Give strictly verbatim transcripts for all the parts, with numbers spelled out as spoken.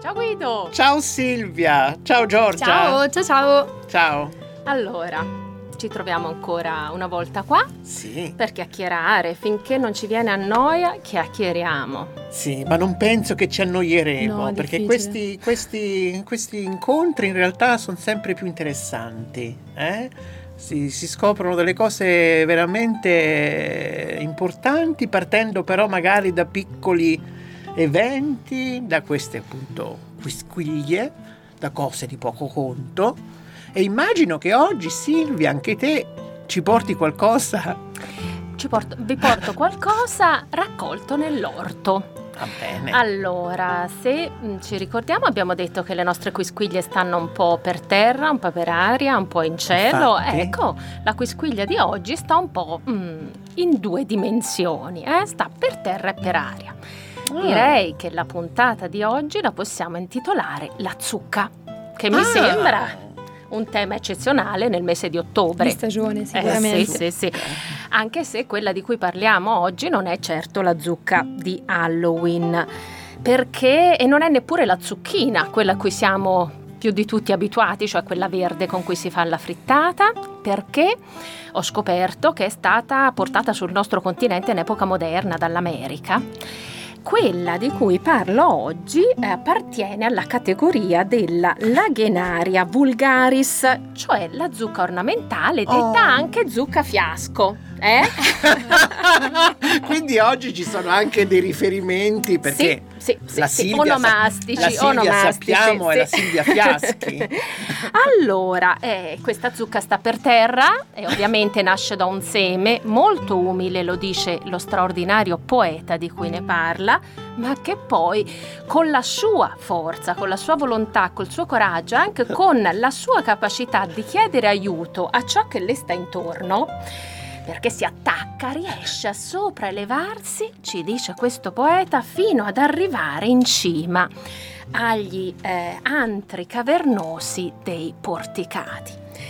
Ciao Guido. Ciao Silvia. Ciao Giorgia. Ciao, ciao, ciao. Ciao. Allora, ci troviamo ancora una volta qua. Sì. Per chiacchierare. Finché non ci viene a noia, chiacchieriamo. Sì, ma non penso che ci annoieremo, No, perché difficile. questi, questi, questi incontri in realtà sono sempre più interessanti, eh? Si, si scoprono delle cose veramente importanti, partendo però magari da piccoli eventi, da queste appunto quisquiglie, da cose di poco conto. E immagino che oggi, Silvia, anche te ci porti qualcosa. Ci porto, vi porto qualcosa raccolto nell'orto. Va bene. Allora, se mh, ci ricordiamo, abbiamo detto che le nostre quisquiglie stanno un po' per terra, un po' per aria, un po' in cielo. Infatti. Ecco, la quisquiglia di oggi sta un po' mh, in due dimensioni, eh? Sta per terra e per aria. Ah. Direi che la puntata di oggi la possiamo intitolare La zucca, che mi Ah. sembra un tema eccezionale nel mese di ottobre. Di stagione, Eh, sicuramente. sì, sì, sì. Anche se quella di cui parliamo oggi non è certo la zucca di Halloween, perché e non è neppure la zucchina, quella a cui siamo più di tutti abituati, cioè quella verde con cui si fa la frittata, perché ho scoperto che è stata portata sul nostro continente in epoca moderna dall'America. Quella di cui parlo oggi eh, appartiene alla categoria della Lagenaria vulgaris, cioè la zucca ornamentale, detta Oh. anche zucca fiasco. Eh? Quindi oggi ci sono anche dei riferimenti, perché sì, sì, la sì, Silvia, onomastici, la Silvia onomastici, sappiamo è sì. la Silvia Fiaschi. Allora, eh, questa zucca sta per terra e ovviamente nasce da un seme molto umile, lo dice lo straordinario poeta di cui ne parla, ma che poi con la sua forza, con la sua volontà, col suo coraggio, anche con la sua capacità di chiedere aiuto a ciò che le sta intorno, perché si attacca, riesce a sopraelevarsi, ci dice questo poeta, fino ad arrivare in cima agli eh, antri cavernosi dei porticati.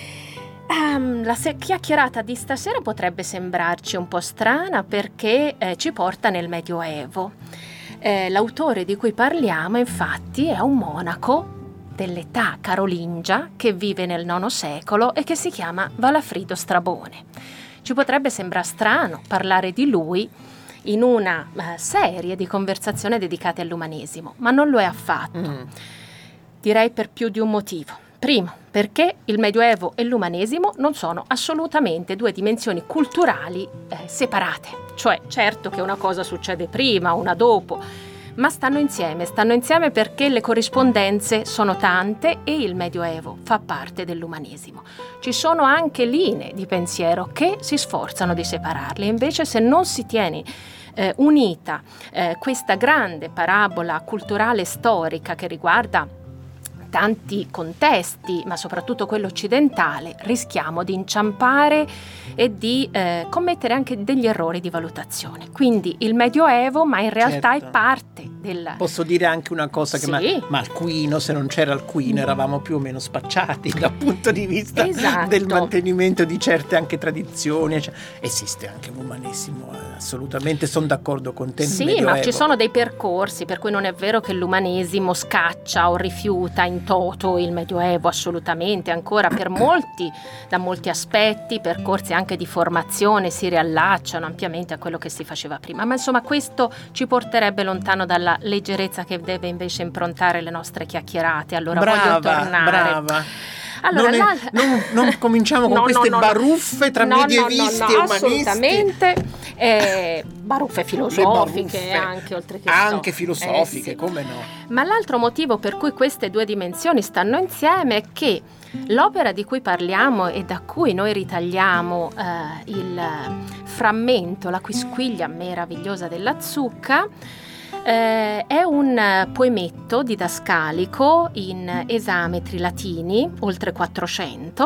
Um, la se- chiacchierata di stasera potrebbe sembrarci un po' strana perché eh, ci porta nel Medioevo. Eh, l'autore di cui parliamo, infatti, è un monaco dell'età carolingia che vive nel nono secolo e che si chiama Valafrido Strabone. Ci potrebbe sembrare strano parlare di lui in una uh, serie di conversazioni dedicate all'umanesimo, ma non lo è affatto. Mm. Direi per più di un motivo. Primo, perché il Medioevo e l'umanesimo non sono assolutamente due dimensioni culturali eh, separate. Cioè, certo che una cosa succede prima, una dopo, ma stanno insieme, stanno insieme perché le corrispondenze sono tante e il Medioevo fa parte dell'umanesimo. Ci sono anche linee di pensiero che si sforzano di separarle, invece se non si tiene eh, unita eh, questa grande parabola culturale storica che riguarda tanti contesti, ma soprattutto quello occidentale, rischiamo di inciampare e di eh, commettere anche degli errori di valutazione. Quindi il Medioevo, ma in realtà Certo. è parte del... Posso dire anche una cosa, che Sì. ma, ma Alcuino, se non c'era Alcuino, eravamo più o meno spacciati dal punto di vista Esatto. del mantenimento di certe anche tradizioni. Cioè, esiste anche l'umanesimo, eh, assolutamente, sono d'accordo con te. nel Sì, ma Medioevo. ci sono dei percorsi, per cui non è vero che l'umanesimo scaccia o rifiuta in toto il Medioevo, assolutamente. Ancora per molti, da molti aspetti, percorsi anche di formazione si riallacciano ampiamente a quello che si faceva prima. Ma insomma questo ci porterebbe lontano dalla leggerezza che deve invece improntare le nostre chiacchierate. Allora brava, voglio tornare. brava. Allora, non, è- la- non- non cominciamo con No, queste no, no, no. baruffe tra No, no, medievisti no, no, e umanisti. assolutamente. Eh, baruffe filosofiche baruffe. anche, oltre che Anche storiche. filosofiche, Eh, sì. come no? Ma l'altro motivo per cui queste due dimensioni stanno insieme è che l'opera di cui parliamo e da cui noi ritagliamo eh, il frammento, la quisquiglia meravigliosa della zucca, eh, è un poemetto didascalico in esametri latini, oltre quattrocento,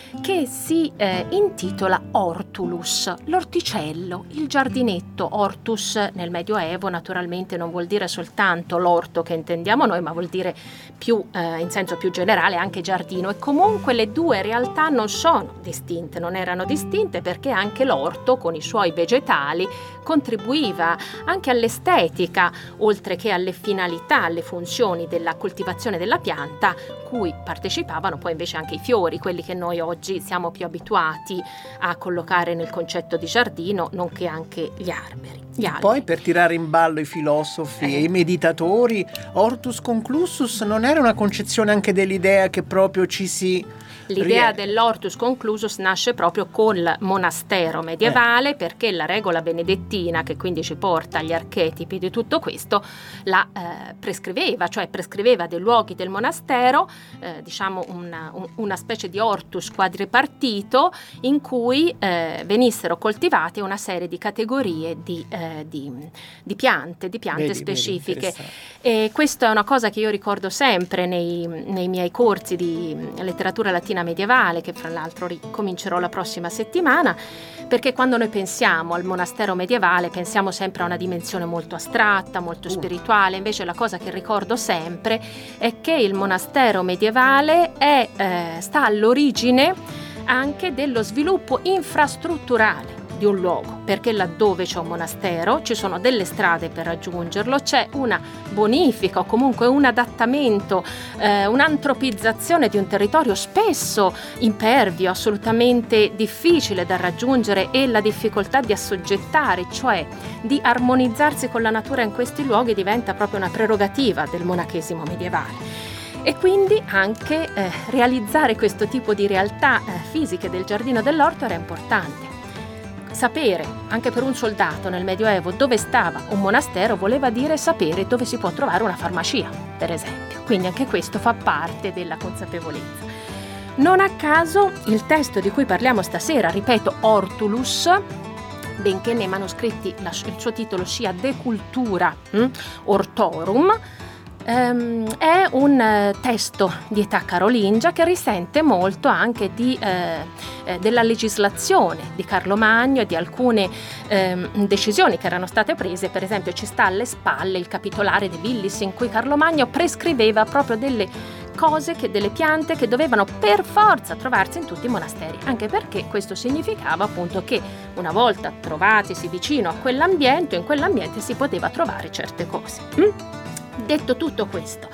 che si eh, intitola Hortulus, l'orticello, il giardinetto. Hortus nel Medioevo naturalmente non vuol dire soltanto l'orto che intendiamo noi, ma vuol dire più eh, in senso più generale anche giardino, e comunque le due realtà non sono distinte, non erano distinte, perché anche l'orto con i suoi vegetali contribuiva anche all'estetica, oltre che alle finalità, alle funzioni della coltivazione della pianta, cui partecipavano poi invece anche i fiori, quelli che noi oggi siamo più abituati a collocare nel concetto di giardino, nonché anche gli alberi. Gli alberi. Poi, per tirare in ballo i filosofi eh. e i meditatori, Hortus conclusus non era una concezione anche dell'idea che proprio ci si... L'idea dell'Hortus conclusus nasce proprio col monastero medievale, eh. perché la regola benedettina, che quindi ci porta agli archetipi di tutto questo, la eh, prescriveva, cioè prescriveva dei luoghi del monastero, eh, diciamo una, un, una specie di hortus quadripartito in cui eh, venissero coltivate una serie di categorie di, eh, di, di piante, di piante vedi, specifiche. Vedi, e questa è una cosa che io ricordo sempre nei, nei miei corsi di letteratura latina medievale, che fra l'altro ricomincerò la prossima settimana, perché quando noi pensiamo al monastero medievale pensiamo sempre a una dimensione molto astratta, molto spirituale. Invece la cosa che ricordo sempre è che il monastero medievale è, eh, sta all'origine anche dello sviluppo infrastrutturale di un luogo, perché laddove c'è un monastero ci sono delle strade per raggiungerlo, c'è una bonifica o comunque un adattamento, eh, un'antropizzazione di un territorio spesso impervio, assolutamente difficile da raggiungere, e la difficoltà di assoggettare, cioè di armonizzarsi con la natura in questi luoghi, diventa proprio una prerogativa del monachesimo medievale. E quindi anche eh, realizzare questo tipo di realtà eh, fisiche del giardino dell'orto era importante. Sapere, anche per un soldato nel Medioevo, dove stava un monastero voleva dire sapere dove si può trovare una farmacia, per esempio. Quindi anche questo fa parte della consapevolezza. Non a caso il testo di cui parliamo stasera, ripeto, Hortulus, benché nei manoscritti la, il suo titolo sia De Cultura hm, Hortorum, Um, è un uh, testo di età carolingia che risente molto anche di, eh, eh, della legislazione di Carlo Magno e di alcune eh, decisioni che erano state prese. Per esempio ci sta alle spalle il Capitolare de Villis, in cui Carlo Magno prescriveva proprio delle cose, che, delle piante che dovevano per forza trovarsi in tutti i monasteri, anche perché questo significava appunto che una volta trovatisi vicino a quell'ambiente, in quell'ambiente si poteva trovare certe cose. Mm? Detto tutto questo,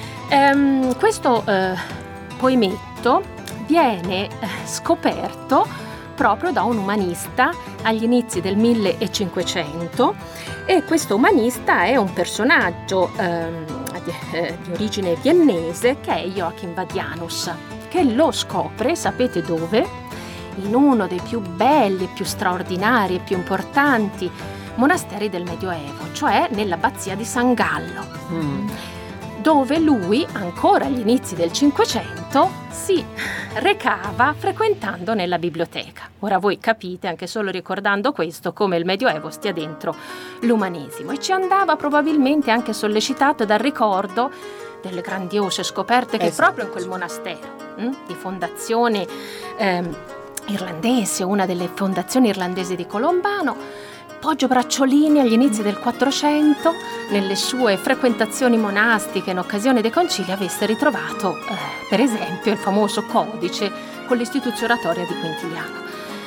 ehm, questo eh, poemetto viene eh, scoperto proprio da un umanista agli inizi del millecinquecento, e questo umanista è un personaggio ehm, di, eh, di origine viennese, che è Joachim Vadianus, che lo scopre, sapete dove? In uno dei più belli, più straordinari e più importanti monasteri del Medioevo, cioè nell'abbazia di San Gallo, mm. dove lui, ancora agli inizi del Cinquecento, si recava frequentando nella biblioteca. Ora voi capite, anche solo ricordando questo, come il Medioevo stia dentro l'umanesimo, e ci andava probabilmente anche sollecitato dal ricordo delle grandiose scoperte che esatto. proprio in quel monastero, hm, di fondazione eh, irlandese, una delle fondazioni irlandesi di Colombano, Poggio Bracciolini agli inizi del Quattrocento, nelle sue frequentazioni monastiche in occasione dei concili, avesse ritrovato, eh, per esempio, il famoso codice con l'istituzione oratoria di Quintiliano.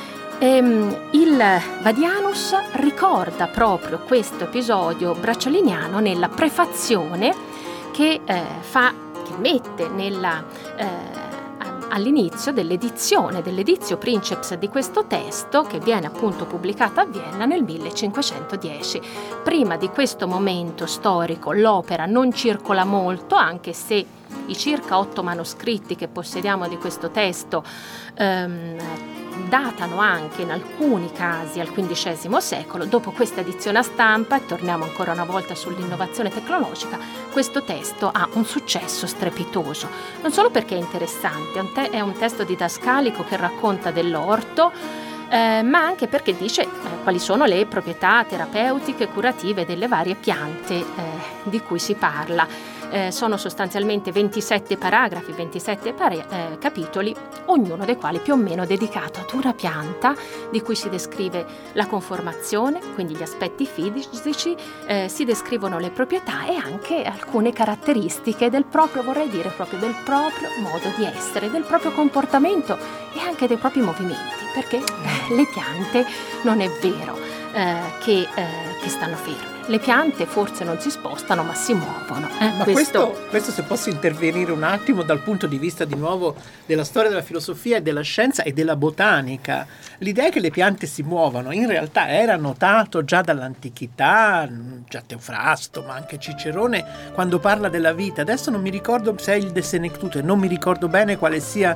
Ehm, il Vadianus ricorda proprio questo episodio braccioliniano nella prefazione che eh, fa, che mette nella eh, all'inizio dell'edizione, dell'edizio princeps di questo testo, che viene appunto pubblicata a Vienna nel millecinquecentodieci. Prima di questo momento storico l'opera non circola molto, anche se i circa otto manoscritti che possediamo di questo testo ehm, datano anche in alcuni casi al quindicesimo secolo. Dopo questa edizione a stampa, e torniamo ancora una volta sull'innovazione tecnologica, questo testo ha un successo strepitoso, non solo perché è interessante, è un, te- è un testo didascalico che racconta dell'orto, eh, ma anche perché dice eh, quali sono le proprietà terapeutiche e curative delle varie piante eh, di cui si parla. eh, sono sostanzialmente ventisette paragrafi, ventisette pare- eh, capitoli, ognuno dei quali più o meno dedicato ad una pianta di cui si descrive la conformazione, quindi gli aspetti fisici, eh, si descrivono le proprietà e anche alcune caratteristiche del proprio, vorrei dire proprio del proprio modo di essere, del proprio comportamento e anche dei propri movimenti, perché eh, le piante non è vero eh, che, eh, che stanno ferme. Le piante forse non si spostano, ma si muovono. Eh? Ma questo... Questo, questo, se posso intervenire un attimo dal punto di vista di nuovo della storia della filosofia e della scienza e della botanica, l'idea che le piante si muovano in realtà era notato già dall'antichità, già Teofrasto, ma anche Cicerone, quando parla della vita. Adesso non mi ricordo se è il De Senectute, non mi ricordo bene quale sia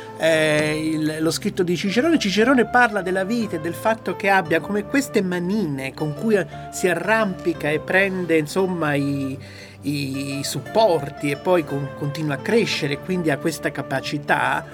Eh, il, lo scritto di Cicerone. Cicerone parla della vita e del fatto che abbia come queste manine con cui si arrampica e prende insomma i, i supporti e poi con, continua a crescere, quindi ha questa capacità,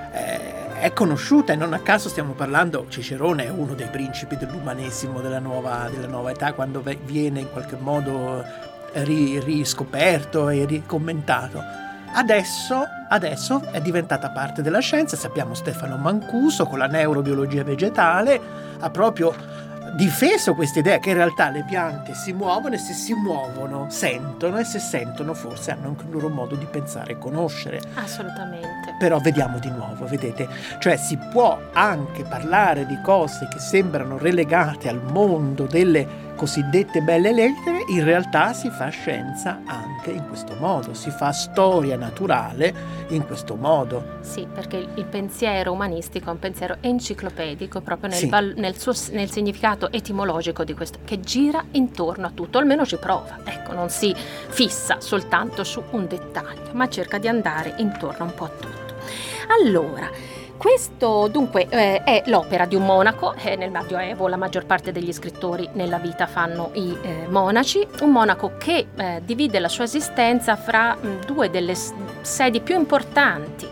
eh, è conosciuta, e non a caso stiamo parlando, Cicerone è uno dei principi dell'umanesimo della nuova, della nuova età, quando viene in qualche modo ri, riscoperto e ricommentato. Adesso, adesso è diventata parte della scienza. Sappiamo Stefano Mancuso con la neurobiologia vegetale ha proprio difeso questa idea che in realtà le piante si muovono e se si muovono sentono, e se sentono forse hanno anche un loro modo di pensare e conoscere. Assolutamente. Però vediamo di nuovo, vedete, cioè si può anche parlare di cose che sembrano relegate al mondo delle cosiddette belle lettere, in realtà si fa scienza anche in questo modo, si fa storia naturale in questo modo. Sì, perché il pensiero umanistico è un pensiero enciclopedico proprio nel, Sì. val- nel, suo, nel significato etimologico di questo, che gira intorno a tutto, almeno ci prova, ecco, non si fissa soltanto su un dettaglio, ma cerca di andare intorno un po' a tutto. Allora, questo dunque eh, è l'opera di un monaco. Eh, nel Medioevo la maggior parte degli scrittori nella vita fanno i eh, monaci, un monaco che eh, divide la sua esistenza fra mh, due delle s- sedi più importanti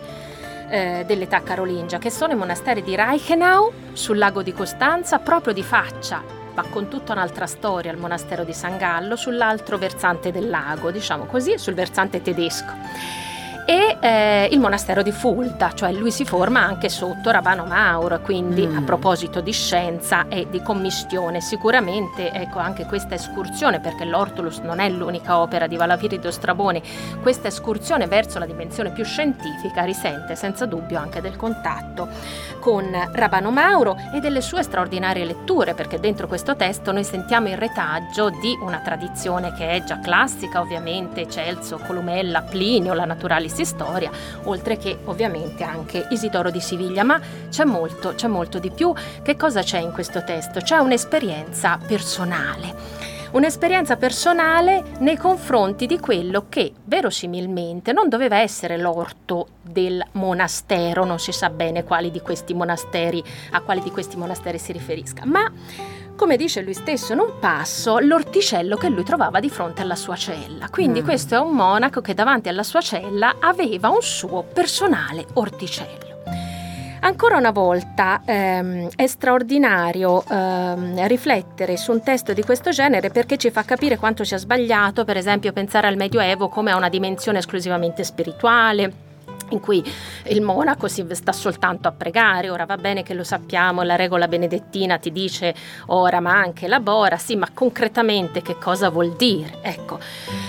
eh, dell'età carolingia, che sono i monasteri di Reichenau sul lago di Costanza, proprio di faccia, ma con tutta un'altra storia, il monastero di San Gallo sull'altro versante del lago, diciamo così, sul versante tedesco. E eh, il monastero di Fulda, cioè lui si forma anche sotto Rabbano Mauro, quindi mm. a proposito di scienza e di commistione, sicuramente ecco anche questa escursione, perché l'Ortulus non è l'unica opera di Valavirrido Straboni, questa escursione verso la dimensione più scientifica risente senza dubbio anche del contatto con Rabbano Mauro e delle sue straordinarie letture, perché dentro questo testo noi sentiamo il retaggio di una tradizione che è già classica, ovviamente Celso, Columella, Plinio, la Naturalis Storia, oltre che ovviamente anche Isidoro di Siviglia, ma c'è molto, c'è molto di più. Che cosa c'è in questo testo? C'è un'esperienza personale, un'esperienza personale nei confronti di quello che verosimilmente non doveva essere l'orto del monastero, non si sa bene quali di questi monasteri, a quali di questi monasteri si riferisca, ma come dice lui stesso in un passo, l'orticello che lui trovava di fronte alla sua cella. Quindi mm. questo è un monaco che davanti alla sua cella aveva un suo personale orticello. Ancora una volta ehm, è straordinario ehm, riflettere su un testo di questo genere, perché ci fa capire quanto sia sbagliato, per esempio, pensare al Medioevo come a una dimensione esclusivamente spirituale, in cui il monaco si sta soltanto a pregare. Ora va bene che lo sappiamo, la regola benedettina ti dice ora ma anche labora, sì, ma concretamente che cosa vuol dire? Ecco,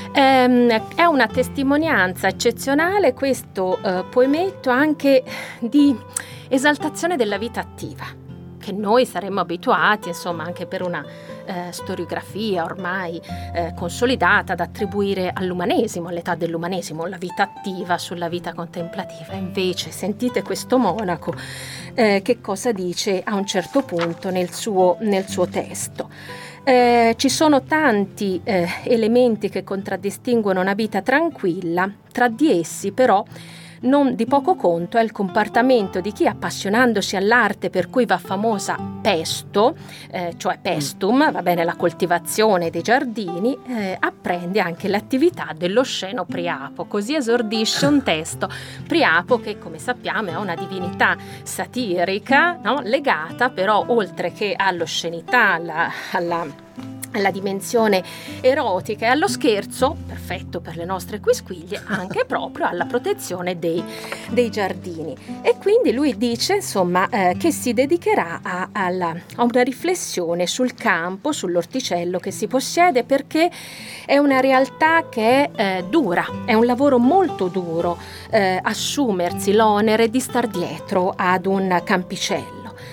ehm, è una testimonianza eccezionale questo eh, poemetto anche di esaltazione della vita attiva, che noi saremmo abituati, insomma, anche per una eh, storiografia ormai eh, consolidata, ad attribuire all'umanesimo, all'età dell'umanesimo, la vita attiva sulla vita contemplativa. Invece sentite questo monaco eh, che cosa dice a un certo punto nel suo, nel suo testo. Eh, ci sono tanti eh, elementi che contraddistinguono una vita tranquilla, tra di essi però non di poco conto è il comportamento di chi, appassionandosi all'arte per cui va famosa pesto, eh, cioè pestum, va bene, la coltivazione dei giardini, eh, apprende anche l'attività dello sceno Priapo. Così esordisce un testo. Priapo che, come sappiamo, è una divinità satirica, no? Legata però, oltre che all'oscenità, alla, alla alla dimensione erotica e allo scherzo, perfetto per le nostre quisquiglie, anche proprio alla protezione dei, dei giardini. E quindi lui dice, insomma, eh, che si dedicherà a, alla, a una riflessione sul campo, sull'orticello che si possiede, perché è una realtà che è eh, dura, è un lavoro molto duro, eh, assumersi l'onere di star dietro ad un campicello.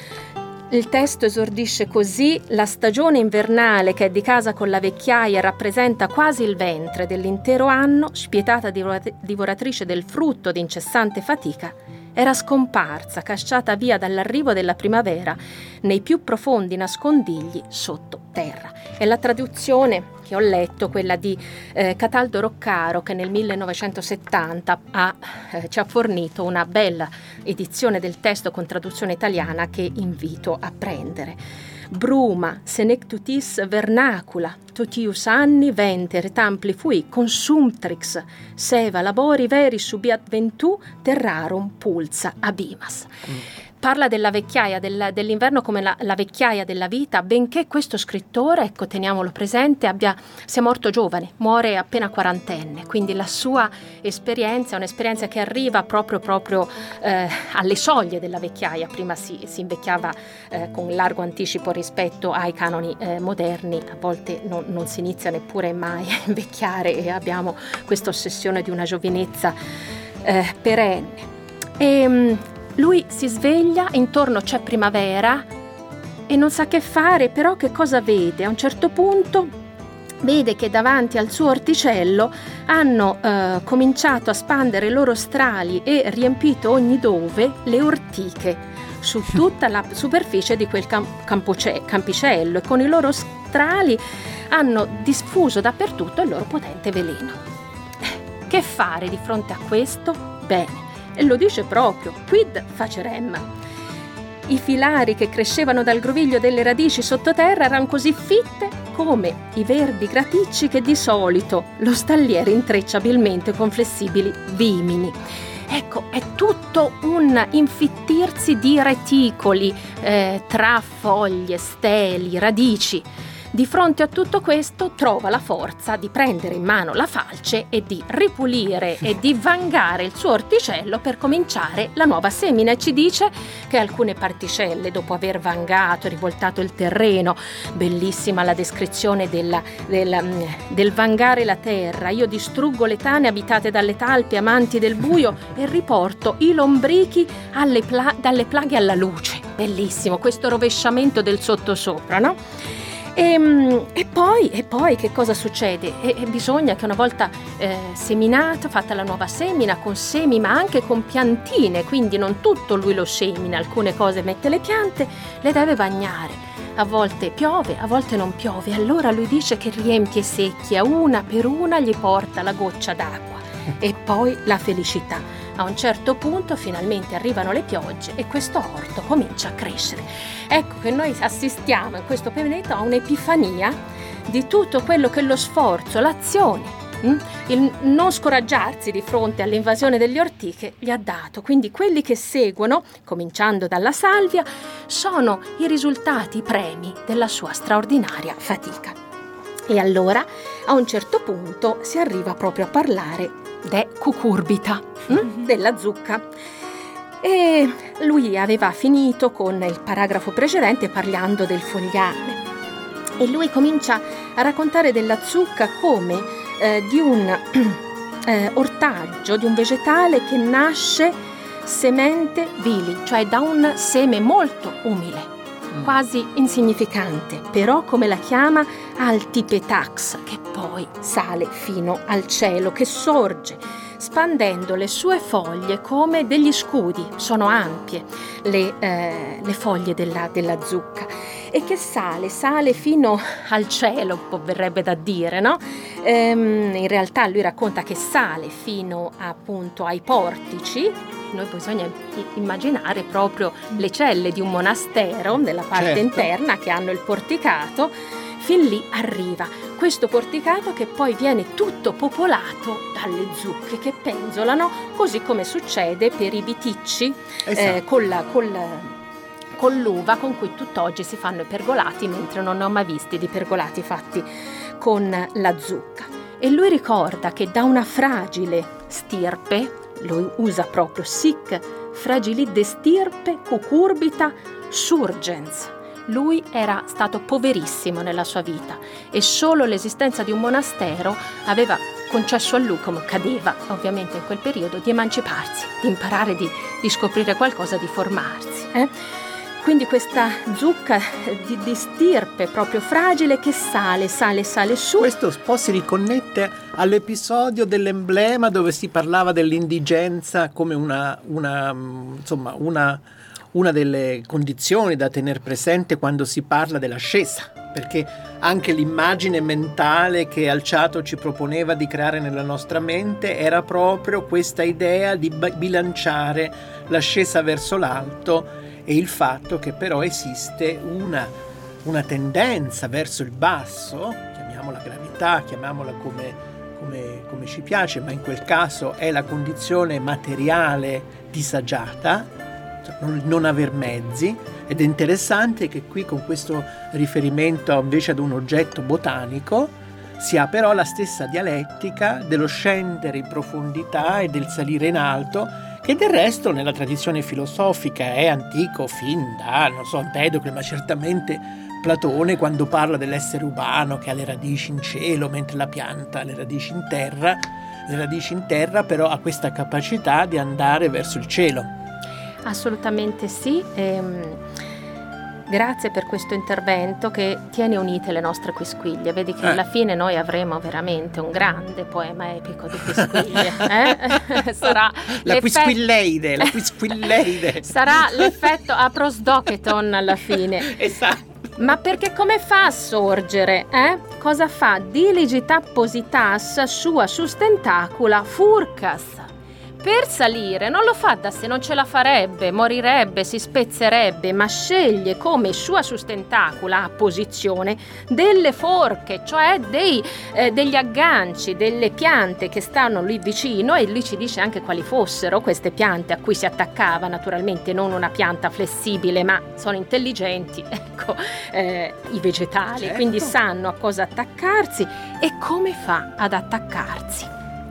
Il testo esordisce così: la stagione invernale che è di casa con la vecchiaia rappresenta quasi il ventre dell'intero anno, spietata divoratrice del frutto di incessante fatica, era scomparsa, cacciata via dall'arrivo della primavera nei più profondi nascondigli sotto terra. È la traduzione che ho letto, quella di eh, Cataldo Roccaro, che nel millenovecentosettanta ha, eh, ci ha fornito una bella edizione del testo con traduzione italiana che invito a prendere. Bruma, senectutis vernacula, totius anni ventere tampli fui consumtrix, seva labori veri subiat ventu terrarum pulsa abimas. Mm. Parla della vecchiaia del, dell'inverno come la, la vecchiaia della vita, benché questo scrittore, ecco, teniamolo presente, abbia, sia morto giovane, muore appena quarantenne, quindi la sua esperienza è un'esperienza che arriva proprio, proprio eh, alle soglie della vecchiaia. Prima si, si invecchiava eh, con largo anticipo rispetto ai canoni eh, moderni, a volte non, non si inizia neppure mai a invecchiare e abbiamo questa ossessione di una giovinezza eh, perenne. E, lui si sveglia, intorno c'è primavera e non sa che fare, però che cosa vede? A un certo punto vede che davanti al suo orticello hanno eh, cominciato a spandere i loro strali e riempito ogni dove le ortiche su tutta la superficie di quel cam- campoce- campicello, e con i loro strali hanno diffuso dappertutto il loro potente veleno. Che fare di fronte a questo? Bene. E lo dice proprio, quid facerem? I filari che crescevano dal groviglio delle radici sottoterra erano così fitte come i verdi graticci che di solito lo stalliere intreccia abilmente con flessibili vimini. Ecco, è tutto un infittirsi di reticoli eh, tra foglie, steli, radici. Di fronte a tutto questo trova la forza di prendere in mano la falce e di ripulire e di vangare il suo orticello per cominciare la nuova semina, e ci dice che alcune particelle, dopo aver vangato e rivoltato il terreno, bellissima la descrizione della, della, del vangare la terra, io distruggo le tane abitate dalle talpe amanti del buio e riporto i lombrichi alle pla- dalle plaghe alla luce. Bellissimo questo rovesciamento del sottosopra, no? E, e, poi, e poi che cosa succede? E, e bisogna che una volta eh, seminata, fatta la nuova semina con semi ma anche con piantine, quindi non tutto lui lo semina, alcune cose mette le piante, le deve bagnare. A volte piove, a volte non piove, allora lui dice che riempie secchie, a una per una gli porta la goccia d'acqua e poi la felicità. A un certo punto finalmente arrivano le piogge e questo orto comincia a crescere. Ecco che noi assistiamo in questo pianeta a un'epifania di tutto quello che lo sforzo, l'azione, hm? il non scoraggiarsi di fronte all'invasione delle ortiche gli ha dato. Quindi quelli che seguono, cominciando dalla salvia, sono i risultati, i premi della sua straordinaria fatica. E allora a un certo punto si arriva proprio a parlare de cucurbita, hm? della zucca. E lui aveva finito con il paragrafo precedente parlando del fogliame e lui comincia a raccontare della zucca come eh, di un eh, ortaggio, di un vegetale che nasce semente vili, cioè da un seme molto umile, mm. quasi insignificante, però come la chiama altipetax, che poi sale fino al cielo, che sorge spandendo le sue foglie come degli scudi, sono ampie le, eh, le foglie della, della zucca, e che sale, sale fino al cielo, verrebbe da dire, no? Ehm, in realtà lui racconta che sale fino appunto ai portici. Noi bisogna immaginare proprio le celle di un monastero nella parte certo. interna che hanno il porticato. Fin lì arriva questo porticato che poi viene tutto popolato dalle zucche che penzolano, così come succede per i viticci esatto. eh, con, la, con, la, con l'uva con cui tutt'oggi si fanno i pergolati, mentre non ne ho mai visti di pergolati fatti con la zucca. E lui ricorda che da una fragile stirpe, lui usa proprio sic fragilide stirpe cucurbita surgens. Lui era stato poverissimo nella sua vita e solo l'esistenza di un monastero aveva concesso a lui, come cadeva ovviamente in quel periodo, di emanciparsi, di imparare di, di scoprire qualcosa, di formarsi. Eh? Quindi questa zucca di, di stirpe proprio fragile che sale, sale, sale su. Questo un po' si riconnette all'episodio dell'emblema dove si parlava dell'indigenza come una, una insomma, una, una delle condizioni da tener presente quando si parla dell'ascesa, perché anche l'immagine mentale che Alciato ci proponeva di creare nella nostra mente era proprio questa idea di bilanciare l'ascesa verso l'alto e il fatto che però esiste una, una tendenza verso il basso, chiamiamola gravità, chiamiamola come, come, come ci piace, ma in quel caso è la condizione materiale disagiata, non, non aver mezzi, ed è interessante che qui con questo riferimento invece ad un oggetto botanico si ha però la stessa dialettica dello scendere in profondità e del salire in alto, che del resto nella tradizione filosofica è antico fin da, non so, Empedocle, ma certamente Platone quando parla dell'essere umano che ha le radici in cielo, mentre la pianta ha le radici in terra, le radici in terra però ha questa capacità di andare verso il cielo. Assolutamente sì. Ehm... Grazie per questo intervento che tiene unite le nostre quisquiglie. Vedi che eh. alla fine noi avremo veramente un grande poema epico di quisquiglie. Eh? Sarà la quisquilleide, la quisquilleide. Sarà l'effetto aprosdoketon alla fine. Esatto. Ma perché come fa a sorgere? Eh? Cosa fa? Diligita positas sua sustentacula furcas. Per salire non lo fa da sé, non ce la farebbe, morirebbe, si spezzerebbe, ma sceglie come sua sustentacula a posizione delle forche, cioè dei, eh, degli agganci, delle piante che stanno lì vicino, e lui ci dice anche quali fossero queste piante a cui si attaccava, naturalmente non una pianta flessibile, ma sono intelligenti, ecco, eh, i vegetali, certo. Quindi sanno a cosa attaccarsi e come fa ad attaccarsi.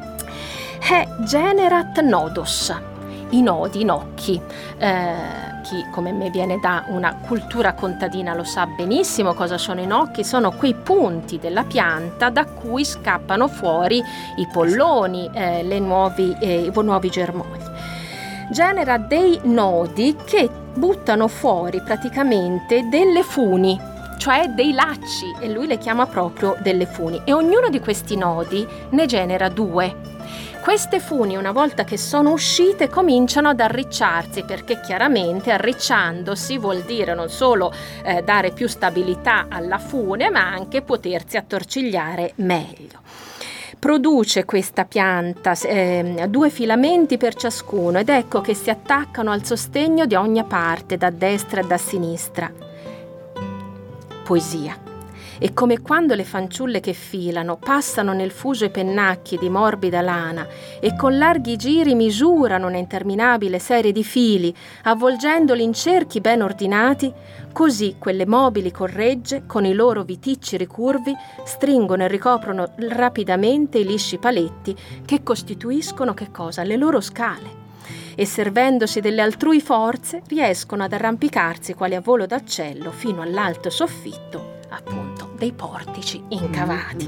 È generat nodos, i nodi, i nocchi. Eh, chi come me viene da una cultura contadina lo sa benissimo cosa sono i nocchi, sono quei punti della pianta da cui scappano fuori i polloni, eh, le nuovi, eh, i nuovi germogli. Genera dei nodi che buttano fuori praticamente delle funi, cioè dei lacci, e lui le chiama proprio delle funi, e ognuno di questi nodi ne genera due. Queste funi, una volta che sono uscite, cominciano ad arricciarsi, perché chiaramente arricciandosi vuol dire non solo eh, dare più stabilità alla fune, ma anche potersi attorcigliare meglio. Produce questa pianta eh, due filamenti per ciascuno, ed ecco che si attaccano al sostegno di ogni parte, da destra e da sinistra. Poesia. E come quando le fanciulle che filano passano nel fuso i pennacchi di morbida lana e con larghi giri misurano un'interminabile serie di fili, avvolgendoli in cerchi ben ordinati, così quelle mobili corregge, con i loro viticci ricurvi, stringono e ricoprono rapidamente i lisci paletti che costituiscono che cosa? Le loro scale. E servendosi delle altrui forze riescono ad arrampicarsi quali a volo d'uccello fino all'alto soffitto, appunto, dei portici incavati.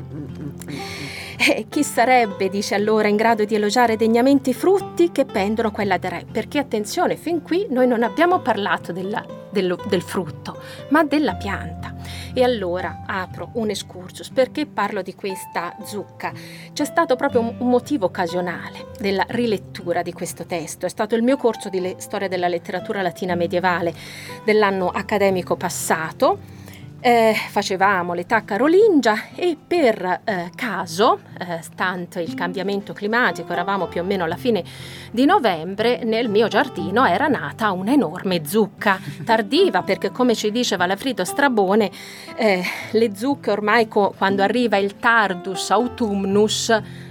E chi sarebbe, dice allora, in grado di elogiare degnamente i frutti che pendono quella da re? Perché attenzione, fin qui noi non abbiamo parlato della, del, del frutto, ma della pianta. E allora apro un excursus. Perché parlo di questa zucca? C'è stato proprio un, un motivo occasionale della rilettura di questo testo. È stato il mio corso di le, storia della letteratura latina medievale dell'anno accademico passato. Eh, facevamo l'età carolingia e per eh, caso, eh, stante il cambiamento climatico, eravamo più o meno alla fine di novembre, nel mio giardino era nata un'enorme zucca, tardiva perché, come ci dice Valafrido Strabone, eh, le zucche ormai co- quando arriva il tardus autumnus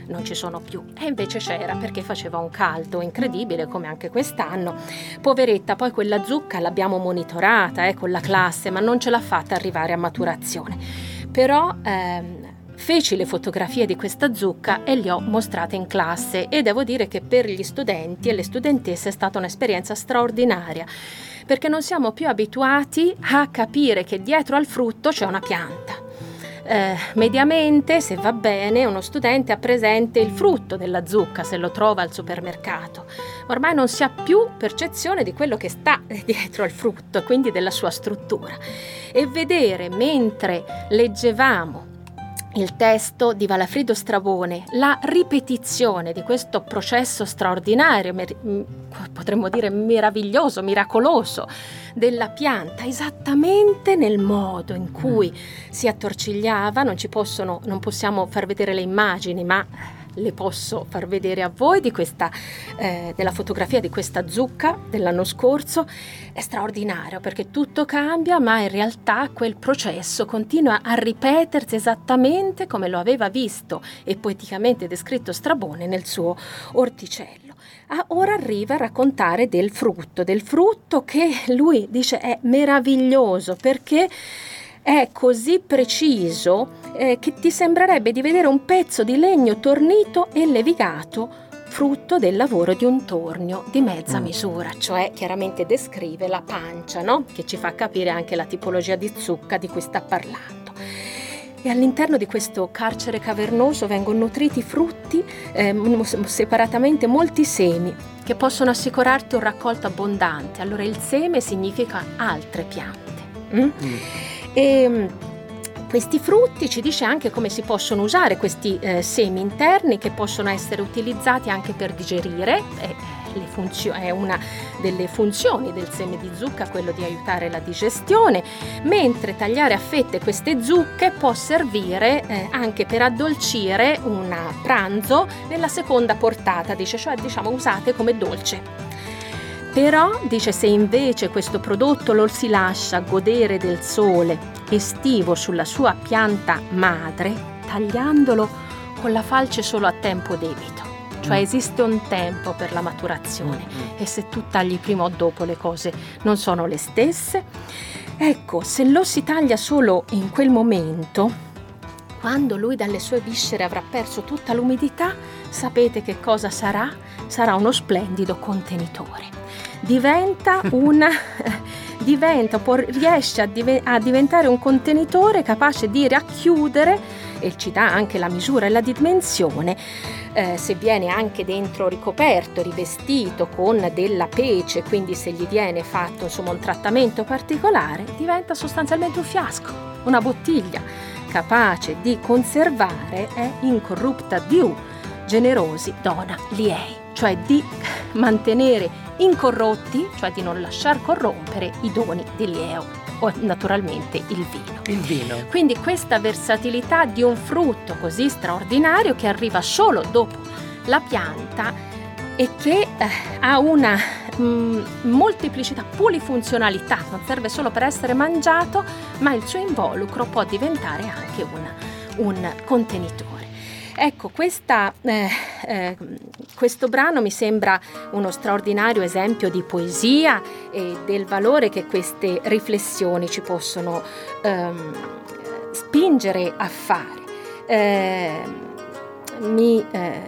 non ci sono più. E invece c'era, perché faceva un caldo incredibile, come anche quest'anno. Poveretta, poi quella zucca l'abbiamo monitorata eh, con la classe, ma non ce l'ha fatta arrivare a maturazione. Però ehm, feci le fotografie di questa zucca e le ho mostrate in classe, e devo dire che per gli studenti e le studentesse è stata un'esperienza straordinaria, perché non siamo più abituati a capire che dietro al frutto c'è una pianta. Eh, mediamente, se va bene, uno studente ha presente il frutto della zucca se lo trova al supermercato. Ormai non si ha più percezione di quello che sta dietro al frutto, quindi della sua struttura. E vedere, mentre leggevamo il testo di Valafrido Strabone, la ripetizione di questo processo straordinario, mer- potremmo dire meraviglioso, miracoloso, della pianta, esattamente nel modo in cui si attorcigliava. Non ci possono, non possiamo far vedere le immagini, ma le posso far vedere a voi di questa, eh, della fotografia di questa zucca dell'anno scorso. È straordinario perché tutto cambia, ma in realtà quel processo continua a ripetersi esattamente come lo aveva visto e poeticamente descritto Strabone nel suo orticello. Ah, ora arriva a raccontare del frutto, del frutto che lui dice è meraviglioso perché è così preciso eh, che ti sembrerebbe di vedere un pezzo di legno tornito e levigato, frutto del lavoro di un tornio di mezza misura, cioè chiaramente descrive la pancia, no? Che ci fa capire anche la tipologia di zucca di cui sta parlando. E all'interno di questo carcere cavernoso vengono nutriti frutti, eh, separatamente molti semi, che possono assicurarti un raccolto abbondante. Allora il seme significa altre piante. Mm? Mm. E questi frutti ci dice anche come si possono usare questi eh, semi interni, che possono essere utilizzati anche per digerire. Eh, le funzio- è una delle funzioni del seme di zucca quello di aiutare la digestione, mentre tagliare a fette queste zucche può servire eh, anche per addolcire un pranzo nella seconda portata, dice, cioè diciamo usate come dolce. Però, dice, se invece questo prodotto lo si lascia godere del sole estivo sulla sua pianta madre, tagliandolo con la falce solo a tempo debito. Cioè esiste un tempo per la maturazione e se tu tagli prima o dopo le cose non sono le stesse. Ecco, se lo si taglia solo in quel momento, quando lui dalle sue viscere avrà perso tutta l'umidità, sapete che cosa sarà? Sarà uno splendido contenitore. Diventa una diventa può, riesce a, dive, a diventare un contenitore capace di racchiudere, e ci dà anche la misura e la dimensione, eh, se viene anche dentro ricoperto, rivestito con della pece, quindi se gli viene fatto insomma un trattamento particolare, diventa sostanzialmente un fiasco, una bottiglia capace di conservare è incorrupta diu generosi dona liei, cioè di mantenere incorrotti, cioè di non lasciar corrompere i doni di lieo, o naturalmente il vino. Il vino. Quindi questa versatilità di un frutto così straordinario che arriva solo dopo la pianta e che eh, ha una mh, molteplicità, polifunzionalità, non serve solo per essere mangiato, ma il suo involucro può diventare anche una, un contenitore. Ecco, questa, eh, eh, questo brano mi sembra uno straordinario esempio di poesia e del valore che queste riflessioni ci possono ehm, spingere a fare. Eh, mi eh,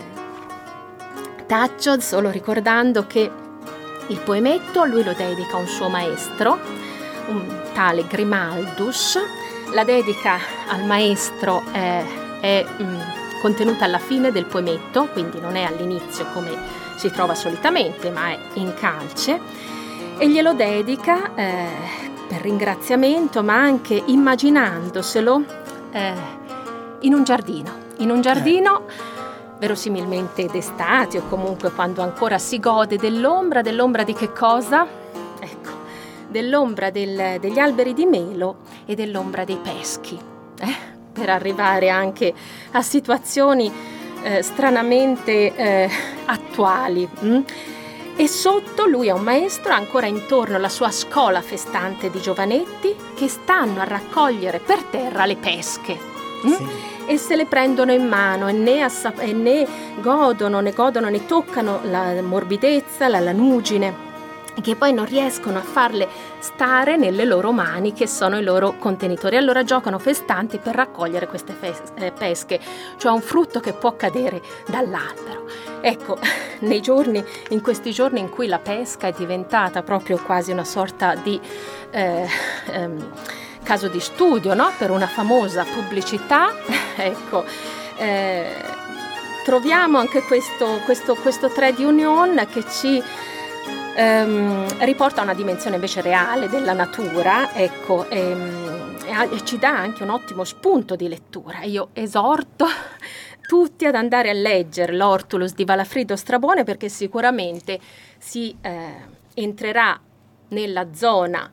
taccio solo ricordando che il poemetto lui lo dedica a un suo maestro, un tale Grimaldus. La dedica al maestro eh, è... Mm, contenuta alla fine del poemetto, quindi non è all'inizio come si trova solitamente, ma è in calce, e glielo dedica eh, per ringraziamento, ma anche immaginandoselo eh, in un giardino, in un giardino verosimilmente d'estate o comunque quando ancora si gode dell'ombra, dell'ombra di che cosa? Ecco, dell'ombra del, degli alberi di melo e dell'ombra dei peschi, eh? Per arrivare anche a situazioni eh, stranamente eh, attuali. Mm? E sotto lui è un maestro, ancora intorno alla sua scuola festante di giovanetti che stanno a raccogliere per terra le pesche. Mm? Sì. e se le prendono in mano e ne, assap- e ne godono, ne godono, ne toccano la morbidezza, la lanugine, che poi non riescono a farle stare nelle loro mani, che sono i loro contenitori. Allora giocano festanti per raccogliere queste fes- eh, pesche, cioè un frutto che può cadere dall'albero. Ecco, nei giorni, in questi giorni in cui la pesca è diventata proprio quasi una sorta di eh, ehm, caso di studio, no? Per una famosa pubblicità, ecco, eh, troviamo anche questo, questo, questo trade union che ci ehm, riporta a una dimensione invece reale della natura, ecco, ehm, e ci dà anche un ottimo spunto di lettura. Io esorto tutti ad andare a leggere l'Ortulus di Valafrido Strabone, perché sicuramente si eh, entrerà nella zona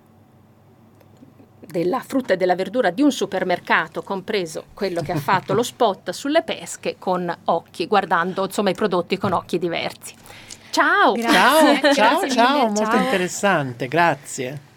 della frutta e della verdura di un supermercato, compreso quello che ha fatto lo spot sulle pesche, con occhi, guardando insomma i prodotti con occhi diversi. Ciao! Ciao, ciao, Grazie ciao, mille, molto ciao. interessante, grazie.